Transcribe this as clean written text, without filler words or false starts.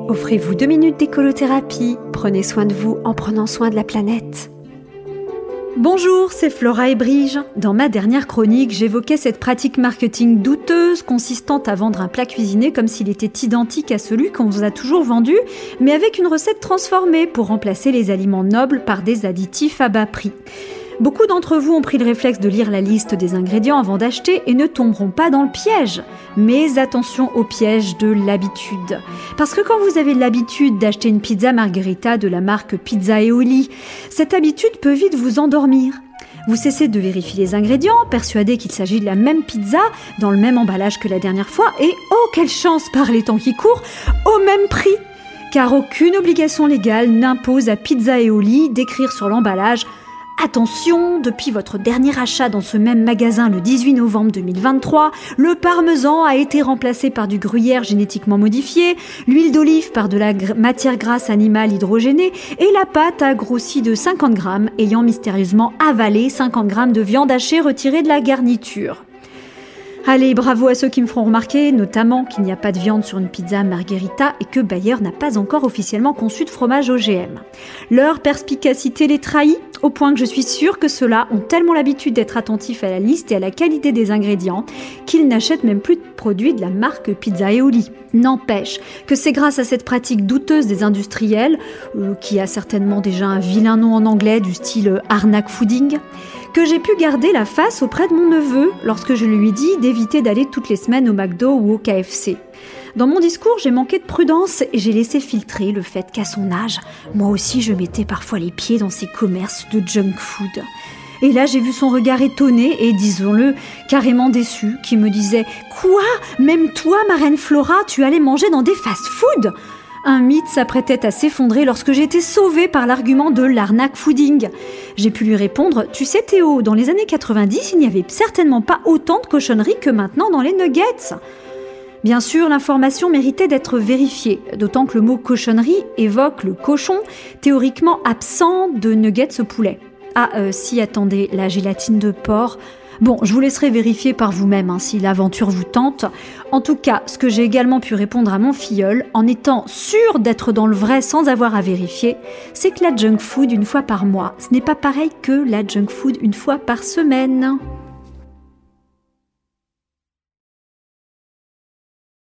Offrez-vous 2 minutes d'écolothérapie. Prenez soin de vous en prenant soin de la planète. Bonjour, c'est Flora et Brige. Dans ma dernière chronique, j'évoquais cette pratique marketing douteuse consistant à vendre un plat cuisiné comme s'il était identique à celui qu'on vous a toujours vendu, mais avec une recette transformée pour remplacer les aliments nobles par des additifs à bas prix. Beaucoup d'entre vous ont pris le réflexe de lire la liste des ingrédients avant d'acheter et ne tomberont pas dans le piège. Mais attention au piège de l'habitude. Parce que quand vous avez l'habitude d'acheter une pizza margherita de la marque Pizza Eoli, cette habitude peut vite vous endormir. Vous cessez de vérifier les ingrédients, persuadé qu'il s'agit de la même pizza, dans le même emballage que la dernière fois, et oh quelle chance par les temps qui courent, au même prix. Car aucune obligation légale n'impose à Pizza Eoli d'écrire sur l'emballage « Attention, depuis votre dernier achat dans ce même magasin le 18 novembre 2023, le parmesan a été remplacé par du gruyère génétiquement modifié, l'huile d'olive par de la matière grasse animale hydrogénée et la pâte a grossi de 50 grammes, ayant mystérieusement avalé 50 grammes de viande hachée retirée de la garniture. » Allez, bravo à ceux qui me feront remarquer, notamment qu'il n'y a pas de viande sur une pizza margherita et que Bayer n'a pas encore officiellement conçu de fromage OGM. Leur perspicacité les trahit, au point que je suis sûre que ceux-là ont tellement l'habitude d'être attentifs à la liste et à la qualité des ingrédients qu'ils n'achètent même plus de produits de la marque Pizza Eoli. N'empêche que c'est grâce à cette pratique douteuse des industriels, qui a certainement déjà un vilain nom en anglais du style arnaque fooding, que j'ai pu garder la face auprès de mon neveu lorsque je lui ai dit d'éviter d'aller toutes les semaines au McDo ou au KFC. Dans mon discours, j'ai manqué de prudence et j'ai laissé filtrer le fait qu'à son âge, moi aussi je mettais parfois les pieds dans ces commerces de junk food. Et là, j'ai vu son regard étonné et, disons-le, carrément déçu, qui me disait « Quoi ? Même toi, ma reine Flora, tu allais manger dans des fast-food ?» Un mythe s'apprêtait à s'effondrer lorsque j'ai été sauvée par l'argument de l'arnaque fooding. J'ai pu lui répondre « Tu sais Théo, dans les années 90, il n'y avait certainement pas autant de cochonneries que maintenant dans les nuggets. » Bien sûr, l'information méritait d'être vérifiée, d'autant que le mot cochonnerie évoque le cochon, théoriquement absent de nuggets au poulet. Si, attendez, la gélatine de porc. Bon, je vous laisserai vérifier par vous-même si l'aventure vous tente. En tout cas, ce que j'ai également pu répondre à mon filleul, en étant sûre d'être dans le vrai sans avoir à vérifier, c'est que la junk food une fois par mois, ce n'est pas pareil que la junk food une fois par semaine.